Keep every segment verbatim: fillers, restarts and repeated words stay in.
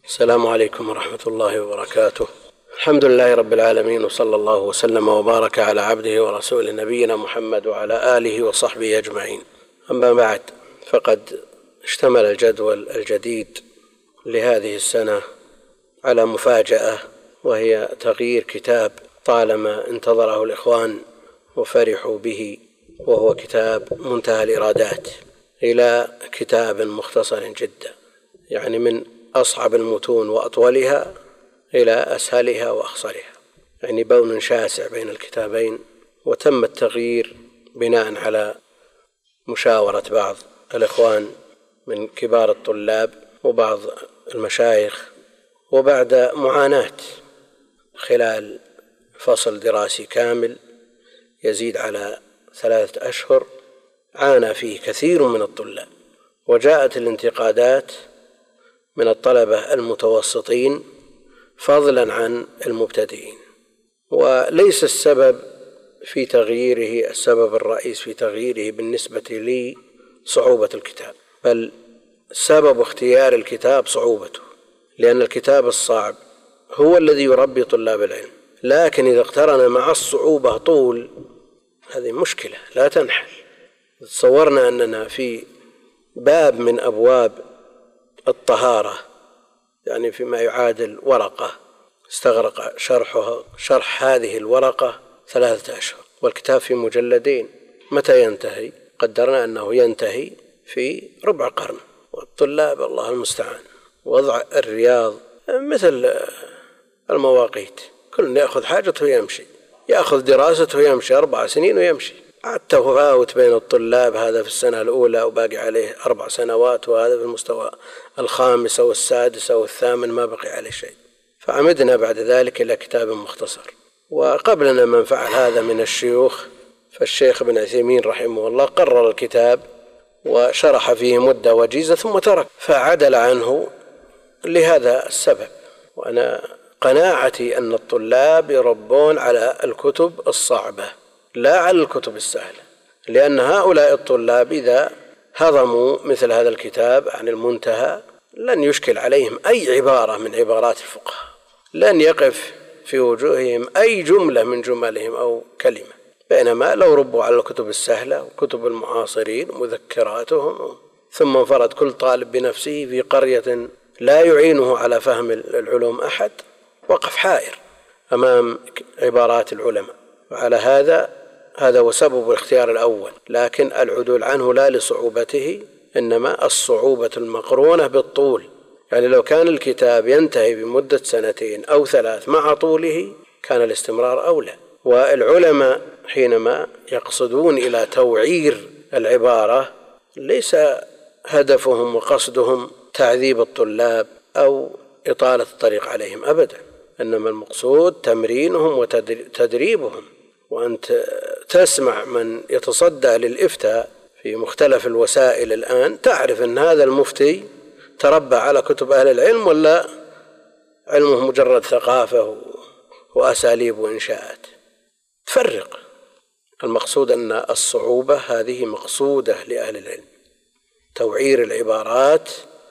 السلام عليكم ورحمة الله وبركاته. الحمد لله رب العالمين، وصلى الله وسلم وبارك على عبده ورسوله نبينا محمد وعلى آله وصحبه أجمعين. أما بعد، فقد اشتمل الجدول الجديد لهذه السنة على مفاجأة، وهي تغيير كتاب طالما انتظره الإخوان وفرحوا به، وهو كتاب منتهى الإرادات، إلى كتاب مختصر جدا، يعني من أصعب المتون وأطولها إلى أسهلها وأخصرها، يعني بون شاسع بين الكتابين. وتم التغيير بناء على مشاورة بعض الإخوان من كبار الطلاب وبعض المشايخ، وبعد معاناة خلال فصل دراسي كامل يزيد على ثلاثة أشهر عانى فيه كثير من الطلاب، وجاءت الانتقادات من الطلبة المتوسطين فضلا عن المبتدئين. وليس السبب في تغييره، السبب الرئيس في تغييره بالنسبة لي صعوبة الكتاب، بل سبب اختيار الكتاب صعوبته، لأن الكتاب الصعب هو الذي يربي طلاب العلم، لكن إذا اقترن مع الصعوبة طول، هذه مشكلة لا تنحل. تصورنا أننا في باب من أبواب الطهارة، يعني فيما يعادل ورقة، استغرق شرحها شرح هذه الورقة ثلاثة أشهر، والكتاب في مجلدين، متى ينتهي؟ قدرنا أنه ينتهي في ربع قرن، والطلاب الله المستعان. وضع الرياض مثل المواقيت، كل يأخذ حاجته ويمشي، يأخذ دراسته ويمشي، أربع سنين ويمشي. التفاوت بين الطلاب، هذا في السنة الأولى وباقي عليه أربع سنوات، وهذا في المستوى الخامس أو السادس أو الثامن ما بقي عليه شيء. فعمدنا بعد ذلك إلى كتاب مختصر. وقبلنا من فعل هذا من الشيوخ، فالشيخ ابن عثيمين رحمه الله قرر الكتاب وشرح فيه مدة وجيزة ثم ترك، فعدل عنه لهذا السبب. وأنا قناعتي أن الطلاب يربون على الكتب الصعبة لا على الكتب السهلة، لأن هؤلاء الطلاب إذا هضموا مثل هذا الكتاب عن المنتهى لن يشكل عليهم أي عبارة من عبارات الفقهاء، لن يقف في وجوههم أي جملة من جملهم أو كلمة. بينما لو ربوا على الكتب السهلة وكتب المعاصرين ومذكراتهم، ثم انفرد كل طالب بنفسه في قرية لا يعينه على فهم العلوم أحد، وقف حائر أمام عبارات العلماء. وعلى هذا هذا هو سبب الاختيار الأول، لكن العدول عنه لا لصعوبته، إنما الصعوبة المقرونة بالطول. يعني لو كان الكتاب ينتهي بمدة سنتين أو ثلاث مع طوله كان الاستمرار أولى. والعلماء حينما يقصدون إلى توعير العبارة ليس هدفهم وقصدهم تعذيب الطلاب أو إطالة الطريق عليهم أبدا، إنما المقصود تمرينهم وتدريبهم. وأنت تسمع من يتصدى للإفتاء في مختلف الوسائل الآن، تعرف أن هذا المفتي تربى على كتب أهل العلم ولا علمه مجرد ثقافة وأساليب وإنشاءات. تفرق. المقصود أن الصعوبة هذه مقصودة لأهل العلم، توعير العبارات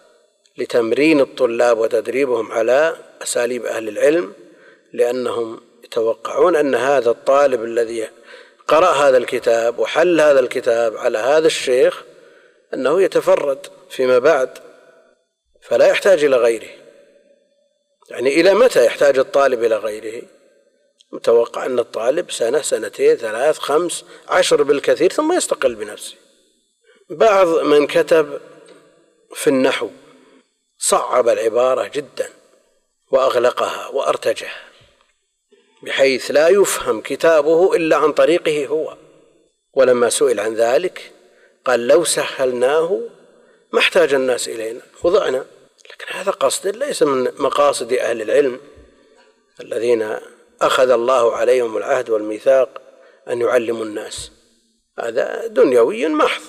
لتمرين الطلاب وتدريبهم على أساليب أهل العلم، لأنهم يتوقعون أن هذا الطالب الذي قرأ هذا الكتاب وحل هذا الكتاب على هذا الشيخ أنه يتفرد فيما بعد، فلا يحتاج إلى غيره. يعني إلى متى يحتاج الطالب إلى غيره؟ متوقع أن الطالب سنة سنتين ثلاث خمس عشر بالكثير ثم يستقل بنفسه. بعض من كتب في النحو صعب العبارة جدا وأغلقها وأرتجها، بحيث لا يفهم كتابه إلا عن طريقه هو. ولما سئل عن ذلك قال لو سهلناه ما احتاج الناس إلينا وضعنا. لكن هذا قصد ليس من مقاصد أهل العلم الذين أخذ الله عليهم العهد والميثاق أن يعلموا الناس، هذا دنيوي محض.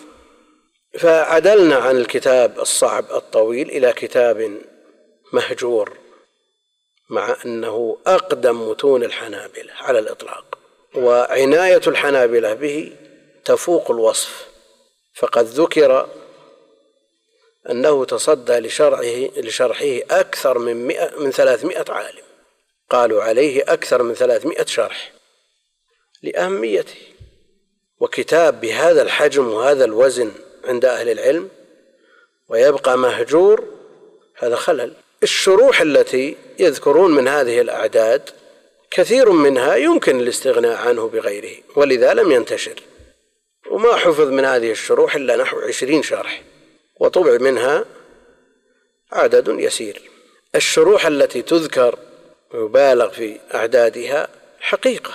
فعدلنا عن الكتاب الصعب الطويل إلى كتاب مهجور، مع أنه أقدم متون الحنابلة على الإطلاق، وعناية الحنابلة به تفوق الوصف. فقد ذكر أنه تصدى لشرعه لشرحه أكثر من مئة من ثلاثمائة عالم، قالوا عليه أكثر من ثلاثمائة شرح لأهميته. وكتاب بهذا الحجم وهذا الوزن عند أهل العلم ويبقى مهجور، هذا خلل. الشروح التي يذكرون من هذه الأعداد كثير منها يمكن الاستغناء عنه بغيره، ولذا لم ينتشر، وما حفظ من هذه الشروح إلا نحو عشرين شرح، وطبع منها عدد يسير. الشروح التي تذكر ويبالغ في أعدادها حقيقة،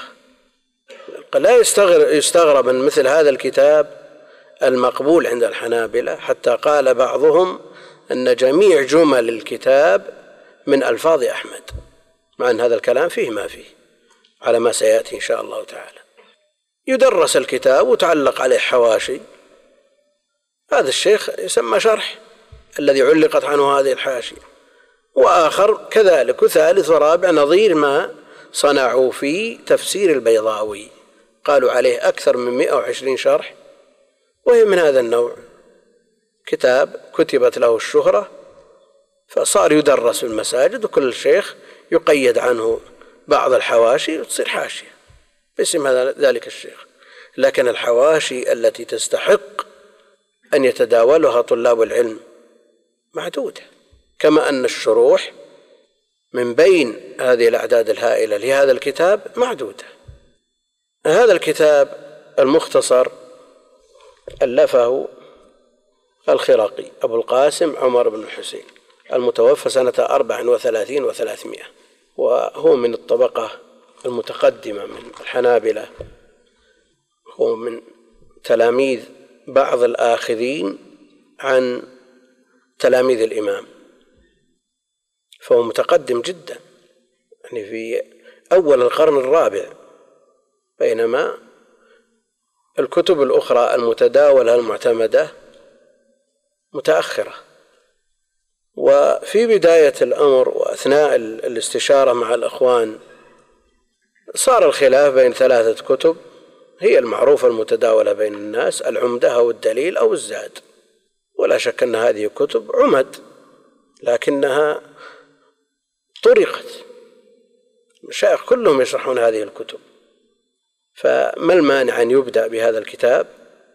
لا يستغرب من مثل هذا الكتاب المقبول عند الحنابلة، حتى قال بعضهم أن جميع جمل الكتاب من ألفاظ أحمد، مع أن هذا الكلام فيه ما فيه على ما سيأتي إن شاء الله تعالى. يدرس الكتاب وتعلق عليه حواشي، هذا الشيخ يسمى شرح الذي علقت عنه هذه الحاشية، وآخر كذلك، وثالث ورابع نظير ما صنعوا في تفسير البيضاوي، قالوا عليه أكثر من مئة وعشرين شرح، وهي من هذا النوع، كتاب كتبت له الشهرة فصار يدرس في المساجد، وكل شيخ يقيد عنه بعض الحواشي وتصير حاشية باسم ذلك الشيخ. لكن الحواشي التي تستحق أن يتداولها طلاب العلم معدودة، كما أن الشروح من بين هذه الأعداد الهائلة لهذا الكتاب معدودة. هذا الكتاب المختصر ألفه الخرقي أبو القاسم عمر بن الحسين، المتوفى سنة أربع وثلاثين وثلاثمائة، وهو من الطبقة المتقدمة من الحنابلة، هو من تلاميذ بعض الآخذين عن تلاميذ الإمام، فهو متقدم جدا، يعني في أول القرن الرابع، بينما الكتب الأخرى المتداولة المعتمدة متأخرة. وفي بداية الأمر وأثناء الاستشارة مع الأخوان صار الخلاف بين ثلاثة كتب هي المعروفة المتداولة بين الناس: العمدة أو الدليل أو الزاد. ولا شك أن هذه كتب عمد، لكنها طرقت، المشايخ كلهم يشرحون هذه الكتب، فما المانع أن يبدأ بهذا الكتاب؟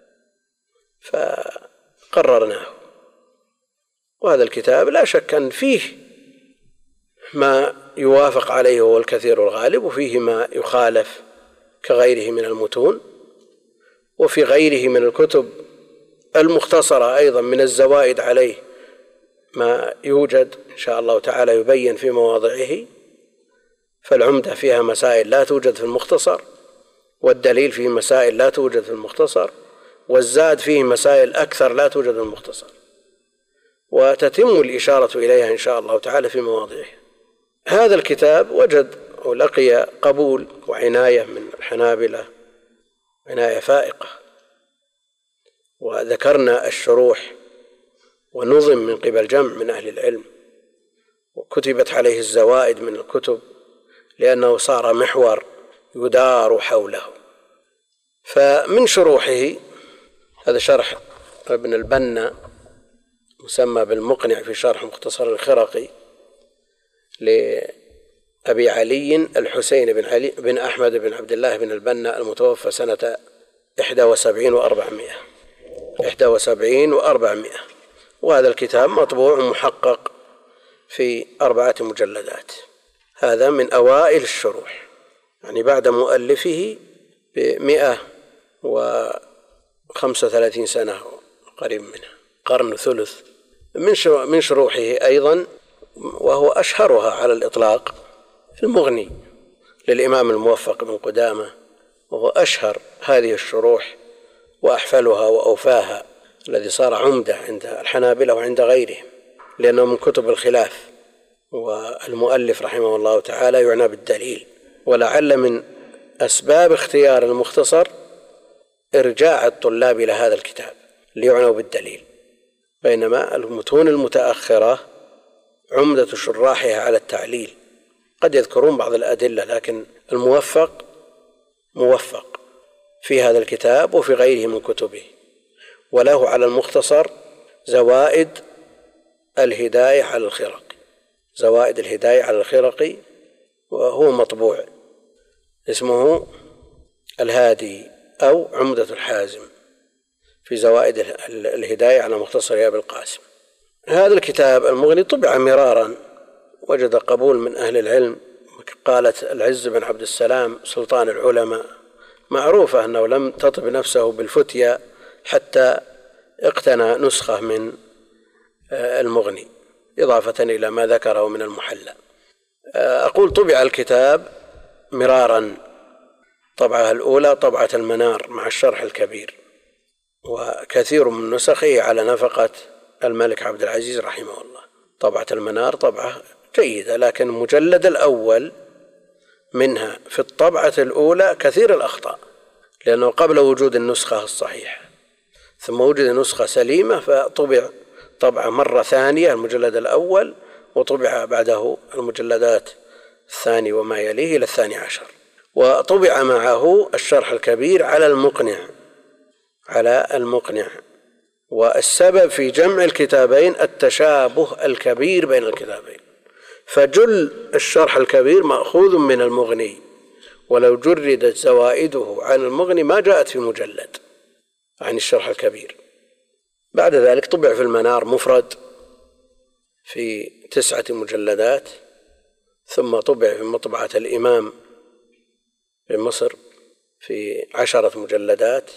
فقررناه. وهذا الكتاب لا شك أن فيه ما يوافق عليه هو الكثير الغالب، وفيه ما يخالف كغيره من المتون، وفي غيره من الكتب المختصرة أيضا من الزوائد عليه ما يوجد إن شاء الله تعالى يبين في مواضعه. فالعمدة فيها مسائل لا توجد في المختصر، والدليل فيه مسائل لا توجد في المختصر، والزاد فيه مسائل أكثر لا توجد في المختصر، وتتم الإشارة إليها إن شاء الله تعالى في مواضعه. هذا الكتاب وجد ولقي قبول وعناية من الحنابلة، عناية فائقة، وذكرنا الشروح ونظم من قبل جمع من أهل العلم، وكتبت عليه الزوائد من الكتب، لأنه صار محور يدار حوله. فمن شروحه هذا شرح ابن البنا مسمى بالمقنع في شرح مختصر الخرقي لأبي علي الحسين بن علي بن أحمد بن عبد الله بن البنا، المتوفى سنة إحدى وسبعين وأربعمائة إحدى وسبعين وأربعمائة. وهذا الكتاب مطبوع محقق في أربعة مجلدات. هذا من أوائل الشروح، يعني بعد مؤلفه بمئة وخمسة وثلاثين سنة قريب منها، قرن ثلث. من شروحه أيضا وهو أشهرها على الإطلاق المغني للإمام الموفق بن قدامة، وهو أشهر هذه الشروح وأحفلها وأوفاها، الذي صار عمدة عند الحنابلة وعند غيرهم، لأنه من كتب الخلاف. والمؤلف رحمه الله تعالى يعنى بالدليل، ولعل من أسباب اختيار المختصر إرجاع الطلاب إلى هذا الكتاب ليعنوا بالدليل، بينما المتون المتأخرة عمدة شراحها على التعليل، قد يذكرون بعض الأدلة، لكن الموفق موفق في هذا الكتاب وفي غيره من كتبه. وله على المختصر زوائد الهداية على الخرقي، زوائد الهداية على الخرقي، وهو مطبوع اسمه الهادي أو عمدة الحازم في زوائد الهداية على مختصر أبي القاسم. هذا الكتاب المغني طبع مرارا، وجد قبول من أهل العلم. قالت العز بن عبد السلام سلطان العلماء معروفة أنه لم تطب نفسه بالفتية حتى اقتنى نسخة من المغني إضافة إلى ما ذكره من المحلى. أقول طبع الكتاب مرارا، طبعة الأولى طبعة المنار مع الشرح الكبير، وكثير من نسخه على نفقة الملك عبد العزيز رحمه الله. طبعة المنار طبعة جيدة، لكن المجلد الأول منها في الطبعة الأولى كثير الأخطاء، لأنه قبل وجود النسخة الصحيحة، ثم وجد نسخة سليمة فطبع طبعة مرة ثانية المجلد الأول، وطبع بعده المجلدات الثاني وما يليه إلى الثاني عشر، وطبع معه الشرح الكبير على المقنع على المقنع والسبب في جمع الكتابين التشابه الكبير بين الكتابين، فجل الشرح الكبير مأخوذ من المغني، ولو جردت زوائده عن المغني ما جاءت في مجلد عن الشرح الكبير. بعد ذلك طبع في المنار مفرد في تسعة مجلدات، ثم طبع في مطبعة الإمام في مصر في عشرة مجلدات،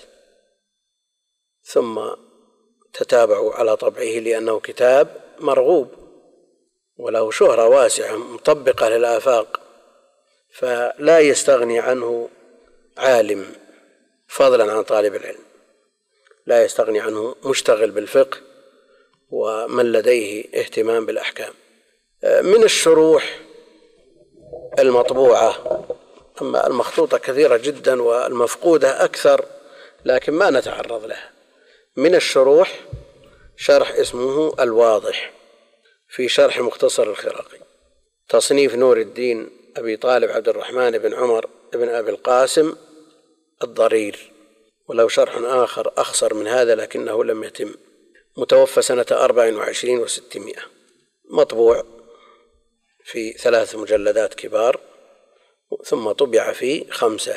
ثم تتابعوا على طبعه لأنه كتاب مرغوب وله شهرة واسعة مطبقة للآفاق، فلا يستغني عنه عالم فضلا عن طالب العلم، لا يستغني عنه مشتغل بالفقه ومن لديه اهتمام بالأحكام. من الشروح المطبوعة، أما المخطوطة كثيرة جدا والمفقودة أكثر لكن ما نتعرض لها. من الشروح شرح اسمه الواضح في شرح مختصر الخرقي، تصنيف نور الدين أبي طالب عبد الرحمن بن عمر بن أبي القاسم الضرير، ولو شرح آخر أخصر من هذا لكنه لم يتم، متوفى سنة أربع وعشرين وستمائة، مطبوع في ثلاث مجلدات كبار، ثم طبع في خمسة.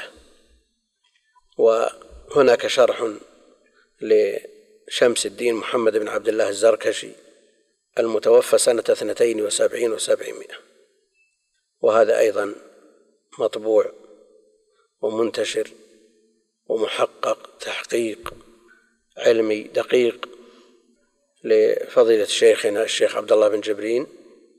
وهناك شرح لشمس الدين محمد بن عبد الله الزركشي المتوفى سنة اثنتين وسبعين وسبعمائة، وهذا أيضا مطبوع ومنتشر ومحقق تحقيق علمي دقيق لفضيلة شيخنا الشيخ عبد الله بن جبرين،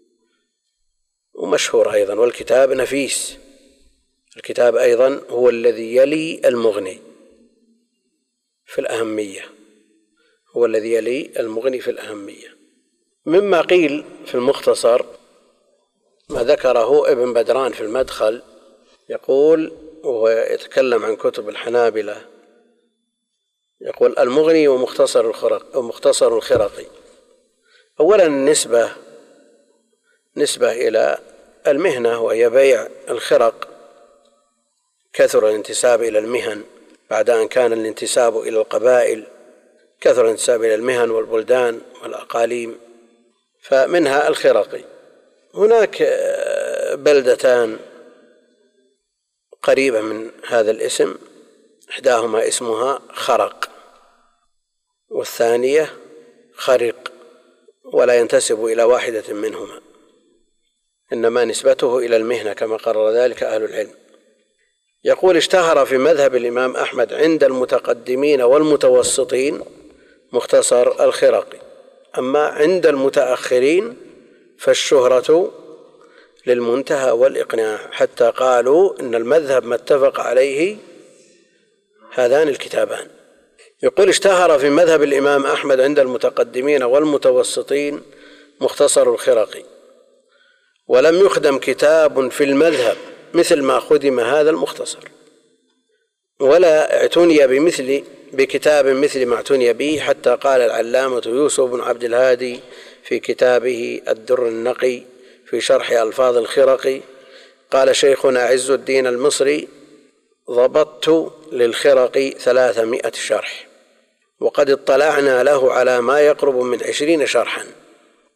ومشهور أيضا. والكتاب نفيس، الكتاب أيضا هو الذي يلي المغني في الأهمية، هو الذي يلي المغني في الأهمية. مما قيل في المختصر ما ذكره ابن بدران في المدخل، يقول وهو يتكلم عن كتب الحنابلة، يقول المغني ومختصر الخرق ومختصر الخرقي. أولا النسبة نسبة إلى المهنة، وهي بيع الخرق، كثر الانتساب إلى المهن بعد أن كان الانتساب إلى القبائل، كثر الانتساب إلى المهن والبلدان والأقاليم، فمنها الخرقي. هناك بلدتان قريبة من هذا الاسم، إحداهما اسمها خرق والثانية خرق، ولا ينتسب إلى واحدة منهما، إنما نسبته إلى المهنة كما قرر ذلك أهل العلم. يقول اشتهر في مذهب الإمام أحمد عند المتقدمين والمتوسطين مختصر الخرقي، أما عند المتأخرين فالشهرة للمنتهى والإقناع، حتى قالوا إن المذهب ما اتفق عليه هذان الكتابان. يقول اشتهر في مذهب الإمام أحمد عند المتقدمين والمتوسطين مختصر الخرقي، ولم يخدم كتاب في المذهب مثل ما خدم هذا المختصر، ولا اعتني بمثل بكتاب مثل ما اعتني به، حتى قال العلامة يوسف بن عبد الهادي في كتابه الدر النقي في شرح ألفاظ الخرقي، قال شيخنا عز الدين المصري ضبطت للخرقي ثلاثمائة شرح، وقد اطلعنا له على ما يقرب من عشرين شرحا،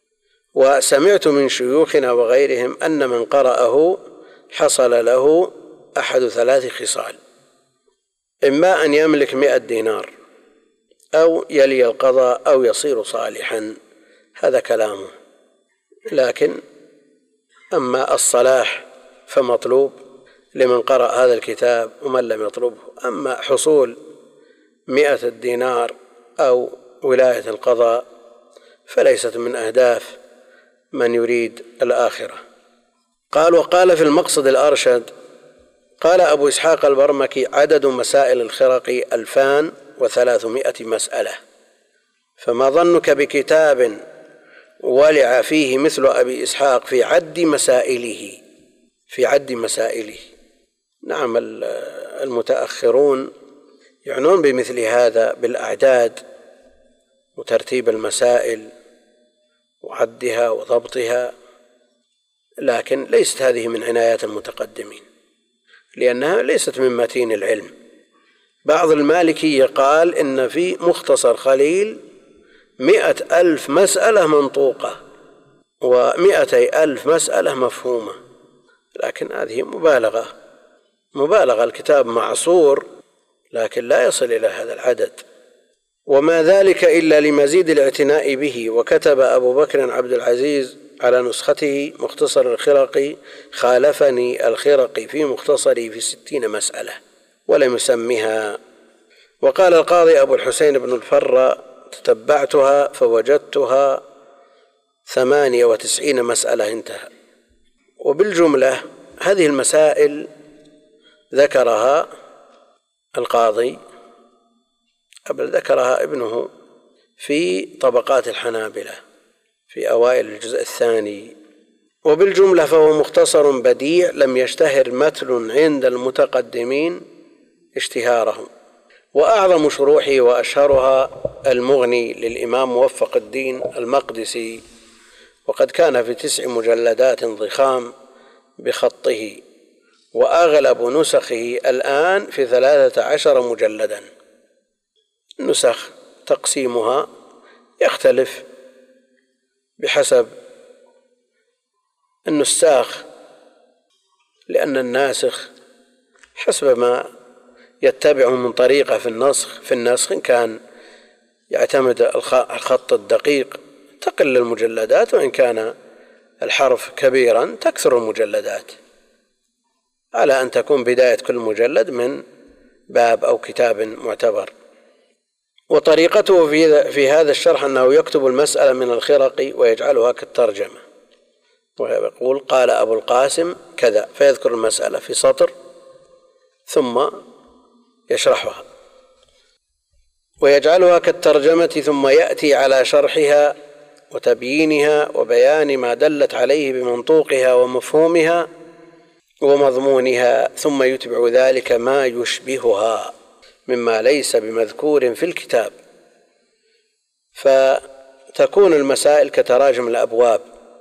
وسمعت من شيوخنا وغيرهم أن من قرأه حصل له أحد ثلاث خصال: إما أن يملك مئة دينار، أو يلي القضاء، أو يصير صالحا. هذا كلامه. لكن أما الصلاح فمطلوب لمن قرأ هذا الكتاب ومن لم يطلبه. أما حصول مئة الدينار أو ولاية القضاء فليست من أهداف من يريد الآخرة. قال: وقال في المقصد الأرشد، قال أبو إسحاق البرمكي: عدد مسائل الخرق ألفان وثلاثمائة مسألة، فما ظنك بكتاب ولع فيه مثل أبي إسحاق في عد مسائله في عد مسائله نعم، المتأخرون يعنون بمثل هذا بالأعداد وترتيب المسائل وعدها وضبطها، لكن ليست هذه من عنايات المتقدمين، لأنها ليست من متين العلم. بعض المالكية قال إن في مختصر خليل مئة ألف مسألة منطوقة ومئتي ألف مسألة مفهومة، لكن هذه مبالغة مبالغة الكتاب معصور، لكن لا يصل إلى هذا العدد. وما ذلك إلا لمزيد الاعتناء به. وكتب أبو بكر عبد العزيز على نسخته مختصر الخرقي: خالفني الخرقي في مختصري في ستين مسألة ولم يسمها. وقال القاضي أبو الحسين بن الفر: تتبعتها فوجدتها ثمانية وتسعين مسألة، انتهى. وبالجملة هذه المسائل ذكرها القاضي قبل ذكرها ابنه في طبقات الحنابلة في أوائل الجزء الثاني. وبالجملة فهو مختصر بديع لم يشتهر مثل عند المتقدمين اشتهاره. وأعظم شروحه وأشهرها المغني للإمام موفق الدين المقدسي، وقد كان في تسع مجلدات ضخام بخطه، وأغلب نسخه الآن في ثلاثة عشر مجلدا. نسخ تقسيمها يختلف بحسب النساخ، لأن الناسخ حسب ما يتبعه من طريقة في النسخ في النسخ إن كان يعتمد الخط الدقيق تقل المجلدات، وإن كان الحرف كبيرا تكثر المجلدات، على أن تكون بداية كل مجلد من باب أو كتاب معتبر. وطريقته في هذا الشرح أنه يكتب المسألة من الخرق ويجعلها كالترجمة، ويقول: قال أبو القاسم كذا، فيذكر المسألة في سطر ثم يشرحها ويجعلها كالترجمة، ثم يأتي على شرحها وتبيينها وبيان ما دلت عليه بمنطوقها ومفهومها ومضمونها، ثم يتبع ذلك ما يشبهها مما ليس بمذكور في الكتاب، فتكون المسائل كتراجم الأبواب.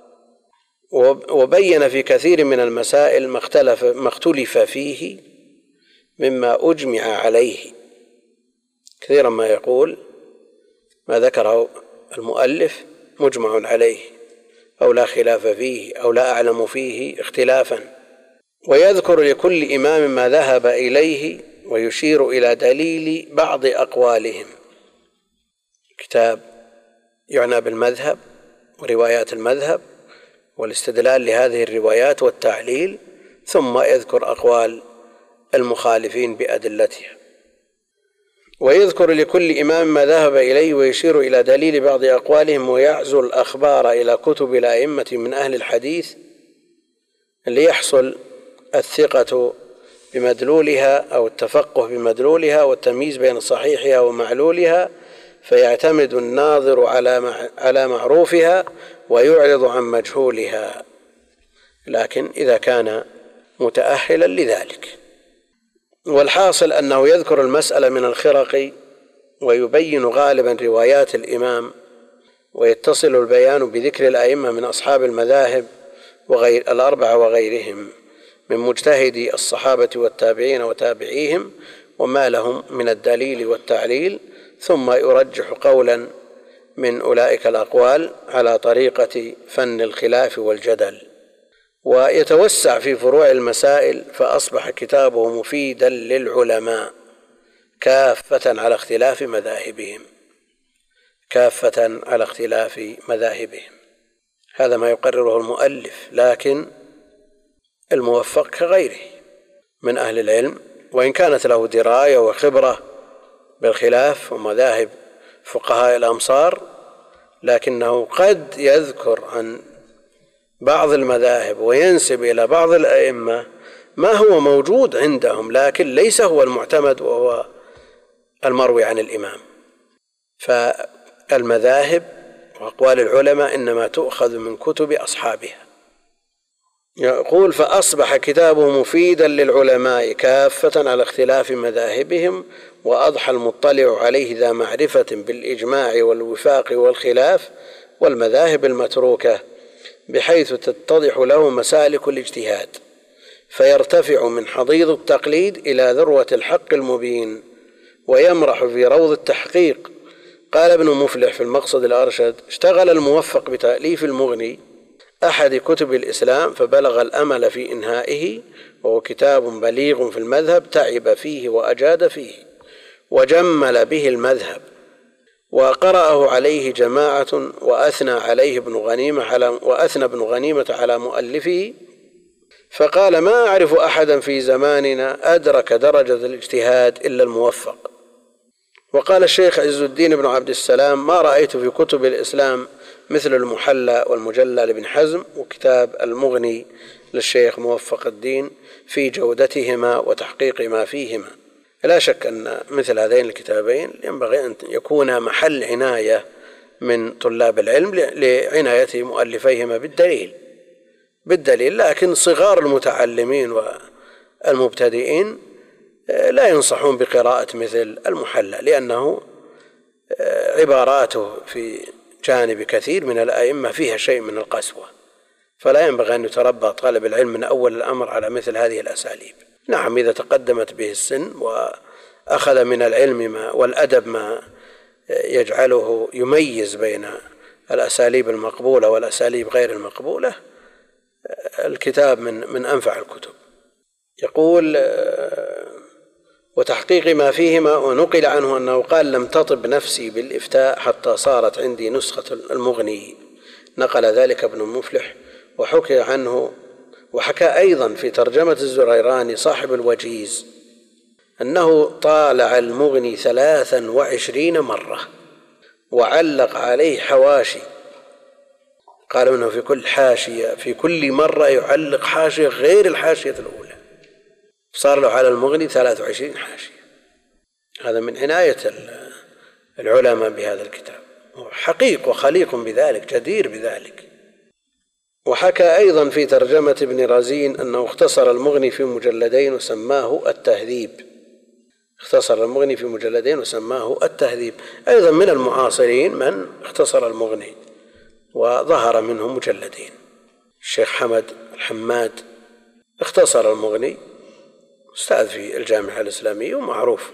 وبين في كثير من المسائل ما اختلف ما اختلف فيه مما أجمع عليه. كثيرا ما يقول ما ذكره المؤلف مجمع عليه، أو لا خلاف فيه، أو لا أعلم فيه اختلافا. ويذكر لكل إمام ما ذهب إليه ويشير إلى دليل بعض أقوالهم. كتاب يعنى بالمذهب وروايات المذهب والاستدلال لهذه الروايات والتعليل، ثم يذكر أقوال المخالفين بأدلتها. ويذكر لكل إمام ما ذهب إليه ويشير إلى دليل بعض أقوالهم، ويعزو الأخبار إلى كتب الأئمة من أهل الحديث ليحصل الثقة بمدلولها أو التفقه بمدلولها والتمييز بين صحيحها ومعلولها، فيعتمد الناظر على معروفها ويعرض عن مجهولها، لكن إذا كان متأهلا لذلك. والحاصل أنه يذكر المسألة من الخرق ويبين غالبا روايات الإمام، ويتصل البيان بذكر الأئمة من أصحاب المذاهب وغير الأربعة وغيرهم من مجتهدي الصحابة والتابعين وتابعيهم وما لهم من الدليل والتعليل، ثم يرجح قولا من أولئك الأقوال على طريقة فن الخلاف والجدل، ويتوسع في فروع المسائل، فأصبح كتابه مفيدا للعلماء كافة على اختلاف مذاهبهم كافة على اختلاف مذاهبهم. هذا ما يقرره المؤلف، لكن الموفق كغيره من أهل العلم، وإن كانت له دراية وخبرة بالخلاف ومذاهب فقهاء الأمصار، لكنه قد يذكر عن بعض المذاهب وينسب إلى بعض الأئمة ما هو موجود عندهم، لكن ليس هو المعتمد وهو المروي عن الإمام. فالمذاهب وأقوال العلماء إنما تؤخذ من كتب أصحابها. يقول: فأصبح كتابه مفيدا للعلماء كافة على اختلاف مذاهبهم، وأضحى المطلع عليه ذا معرفة بالإجماع والوفاق والخلاف والمذاهب المتروكة، بحيث تتضح له مسالك الاجتهاد، فيرتفع من حضيض التقليد إلى ذروة الحق المبين، ويمرح في روض التحقيق. قال ابن مفلح في المقصد الأرشد: اشتغل الموفق بتأليف المغني أحد كتب الإسلام، فبلغ الأمل في إنهائه، وهو كتاب بليغ في المذهب، تعب فيه وأجاد فيه وجمل به المذهب، وقرأه عليه جماعة، وأثنى عليه ابن غنيمة على وأثنى ابن غنيمة على مؤلفه، فقال: ما أعرف أحدا في زماننا أدرك درجة الاجتهاد إلا الموفق. وقال الشيخ عز الدين بن عبد السلام: ما رأيت في كتب الإسلام مثل المحلى والمجلى لابن حزم، وكتاب المغني للشيخ موفق الدين في جودتهما وتحقيق ما فيهما. لا شك أن مثل هذين الكتابين ينبغي أن يكون محل عناية من طلاب العلم لعناية مؤلفيهما بالدليل بالدليل لكن صغار المتعلمين والمبتدئين لا ينصحون بقراءة مثل المحلى، لأنه عباراته في جانب كثير من الأئمة فيها شيء من القسوة، فلا ينبغي أن يتربى طالب العلم من أول الأمر على مثل هذه الأساليب. نعم، إذا تقدمت به السن وأخذ من العلم ما والأدب ما يجعله يميز بين الأساليب المقبولة والأساليب غير المقبولة، الكتاب من من أنفع الكتب. يقول: وتحقيق ما فيهما. ونقل عنه أنه قال: لم تطب نفسي بالإفتاء حتى صارت عندي نسخة المغني. نقل ذلك ابن المفلح. وحكى عنه وحكى أيضا في ترجمة الزريراني صاحب الوجيز أنه طالع المغني ثلاثا وعشرين مرة وعلق عليه حواشي. قال أنه في كل حاشية في كل مرة يعلق حاشية غير الحاشية الأولى، صار له على المغني ثلاث وعشرين حاشية. هذا من عناية العلماء بهذا الكتاب، حقيق وخليق بذلك، جدير بذلك. وحكى أيضا في ترجمة ابن رزين أنه اختصر المغني في مجلدين وسماه التهذيب اختصر المغني في مجلدين وسماه التهذيب. أيضا من المعاصرين من اختصر المغني وظهر منه مجلدين. الشيخ حمد الحماد اختصر المغني، أستاذ في الجامعة الإسلامية ومعروف،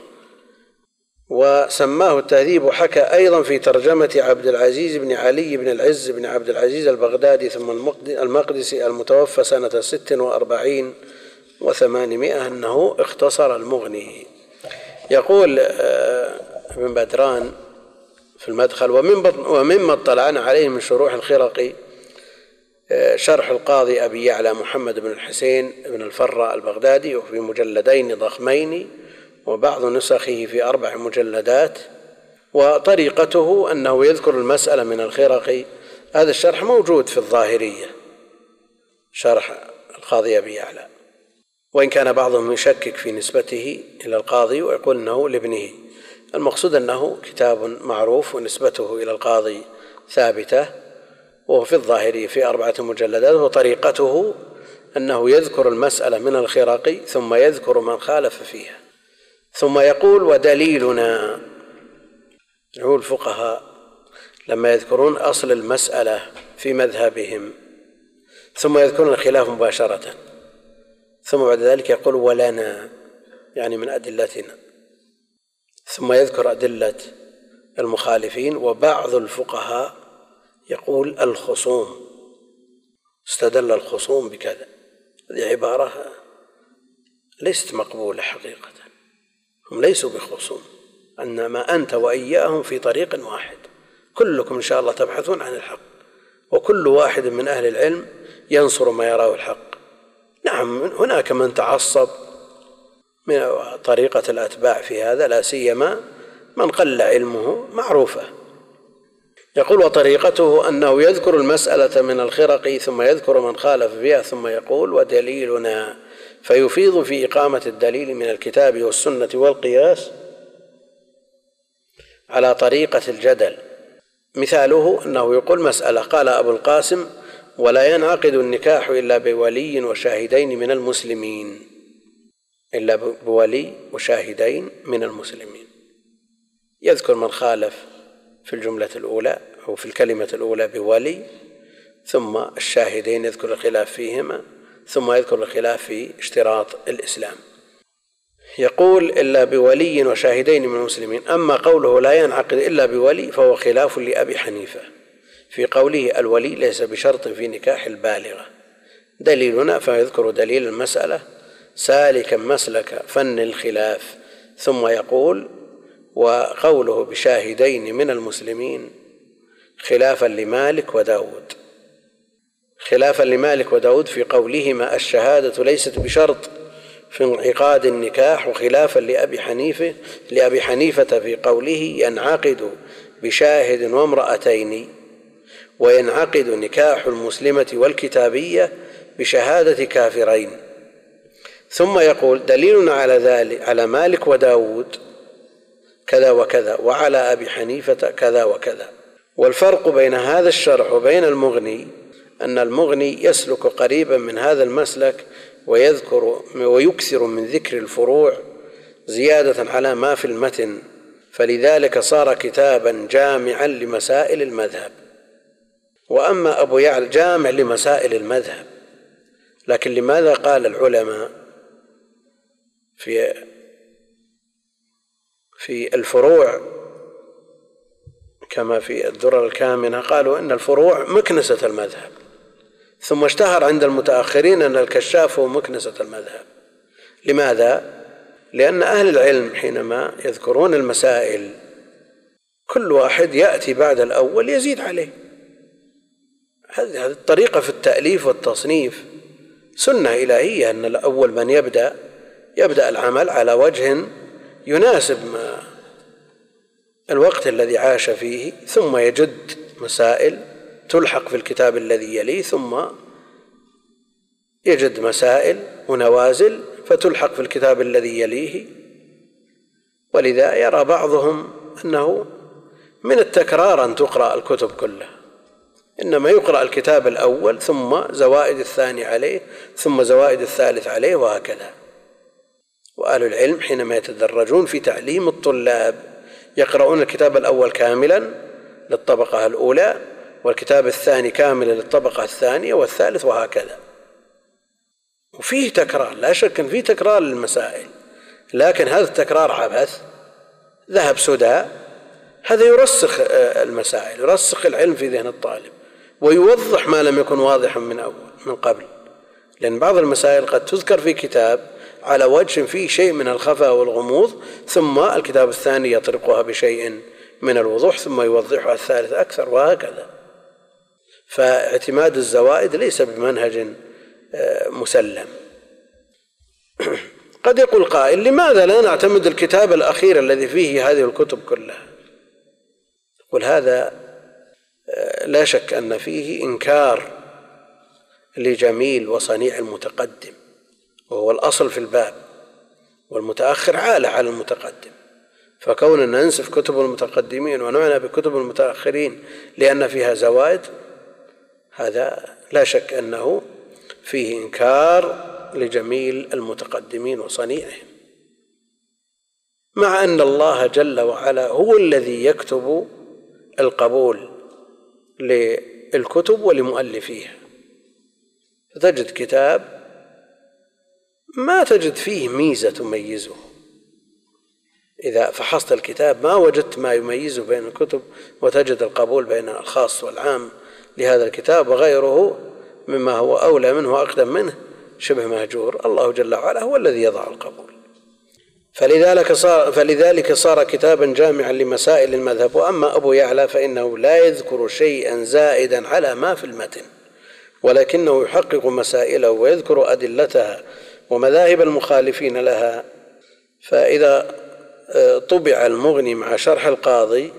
وسماه التهذيب. وحكى أيضا في ترجمة عبد العزيز بن علي بن العز بن عبد العزيز البغدادي ثم المقدسي المتوفى سنة ست وأربعين وثمانمائة أنه اختصر المغني. يقول ابن بدران في المدخل: ومما اطلعنا عليه من شروح الخرقي شرح القاضي أبي يعلى محمد بن الحسين بن الفراء البغدادي، وفي مجلدين ضخمين، وبعض نسخه في أربع مجلدات. وطريقته أنه يذكر المسألة من الخرقي. هذا الشرح موجود في الظاهرية، شرح القاضي أبي يعلى، وإن كان بعضهم يشكك في نسبته إلى القاضي ويقول أنه لابنه. المقصود أنه كتاب معروف ونسبته إلى القاضي ثابتة، وهو في الظاهرية في أربعة مجلدات. وطريقته أنه يذكر المسألة من الخرقي ثم يذكر من خالف فيها، ثم يقول: ودليلنا. يقول الفقهاء لما يذكرون أصل المسألة في مذهبهم ثم يذكرون الخلاف مباشرة، ثم بعد ذلك يقول: ولنا، يعني من أدلتنا، ثم يذكر أدلة المخالفين. وبعض الفقهاء يقول الخصوم، استدل الخصوم بكذا. هذه عبارة ليست مقبولة حقيقة، هم ليسوا بخصوم، إنما أنت وإياهم في طريق واحد، كلكم إن شاء الله تبحثون عن الحق، وكل واحد من أهل العلم ينصر ما يراه الحق. نعم هناك من تعصب من طريقة الأتباع في هذا، لا سيما من قل علمه معروفة. يقول وطريقته أنه يذكر المسألة من الخرق ثم يذكر من خالف فيها ثم يقول ودليلنا، فيفيض في إقامة الدليل من الكتاب والسنة والقياس على طريقة الجدل. مثاله أنه يقول مسألة، قال أبو القاسم ولا ينعقد النكاح إلا بولي وشاهدين من المسلمين، إلا بولي وشاهدين من المسلمين. يذكر من خالف في الجملة الأولى أو في الكلمة الأولى بولي، ثم الشاهدين يذكر الخلاف فيهما، ثم يذكر الخلاف في اشتراط الإسلام. يقول إلا بولي وشاهدين من المسلمين. أما قوله لا ينعقد إلا بولي فهو خلاف لأبي حنيفة في قوله الولي ليس بشرط في نكاح البالغة. دليلنا فيذكر دليل المسألة سالكا مسلك فن الخلاف، ثم يقول وقوله بشاهدين من المسلمين خلافا لمالك وداود، خلافا لمالك وداود في قولهما الشهادة ليست بشرط في انعقاد النكاح، وخلافا لأبي حنيفة لأبي حنيفة في قوله ينعقد بشاهد وامرأتين، وينعقد نكاح المسلمة والكتابية بشهادة كافرين. ثم يقول دليلنا على ذلك على مالك وداود كذا وكذا، وعلى أبي حنيفة كذا وكذا. والفرق بين هذا الشرح وبين المغني أن المغني يسلك قريبا من هذا المسلك ويذكر ويكثر من ذكر الفروع زيادة على ما في المتن، فلذلك صار كتابا جامعا لمسائل المذهب. وأما أبو يعلى جامع لمسائل المذهب، لكن لماذا قال العلماء في في الفروع كما في الدرر الكامنة قالوا إن الفروع مكنسة المذهب، ثم اشتهر عند المتأخرين أن الكشاف هو مكنسة المذهب. لماذا؟ لأن أهل العلم حينما يذكرون المسائل كل واحد يأتي بعد الأول يزيد عليه. هذه الطريقة في التأليف والتصنيف سنة إلهية، أن الأول من يبدأ يبدأ العمل على وجه يناسب ما الوقت الذي عاش فيه، ثم يجد مسائل تلحق في الكتاب الذي يليه، ثم يجد مسائل ونوازل فتلحق في الكتاب الذي يليه. ولذا يرى بعضهم أنه من التكرار أن تقرأ الكتب كلها، إنما يقرأ الكتاب الأول ثم زوائد الثاني عليه ثم زوائد الثالث عليه وهكذا. وأهل العلم حينما يتدرجون في تعليم الطلاب يقرؤون الكتاب الأول كاملا للطبقة الأولى، والكتاب الثاني كاملا للطبقة الثانية، والثالث وهكذا. وفيه تكرار، لا شك أن فيه تكرار للمسائل، لكن هذا التكرار عبث ذهب سدى. هذا يرسخ المسائل، يرسخ العلم في ذهن الطالب، ويوضح ما لم يكن واضحا من أول من قبل. لأن بعض المسائل قد تذكر في كتاب على وجه فيه شيء من الخفاء والغموض، ثم الكتاب الثاني يطرقها بشيء من الوضوح، ثم يوضحها الثالث أكثر، وهكذا. فاعتماد الزوائد ليس بمنهج مسلم. قد يقول قائل لماذا لا نعتمد الكتاب الأخير الذي فيه هذه الكتب كلها؟ يقول هذا لا شك أن فيه إنكار لجميل وصنيع المتقدم، وهو الأصل في الباب، والمتأخر عالة على المتقدم. فكوننا ننسف كتب المتقدمين ونعنى بكتب المتأخرين لأن فيها زوائد، هذا لا شك أنه فيه إنكار لجميل المتقدمين وصنيعهم، مع أن الله جل وعلا هو الذي يكتب القبول للكتب ولمؤلفيها. فتجد كتاب ما تجد فيه ميزة تميزه، إذا فحصت الكتاب ما وجدت ما يميزه بين الكتب، وتجد القبول بين الخاص والعام لهذا الكتاب، وغيره مما هو أولى منه وأقدم منه شبه مهجور. الله جل وعلا هو الذي يضع القبول. فلذلك صار, فلذلك صار كتابا جامعا لمسائل المذهب. وأما أبو يعلى فإنه لا يذكر شيئا زائدا على ما في المتن، ولكنه يحقق مسائله ويذكر أدلتها ومذاهب المخالفين لها. فإذا طبع المغني مع شرح القاضي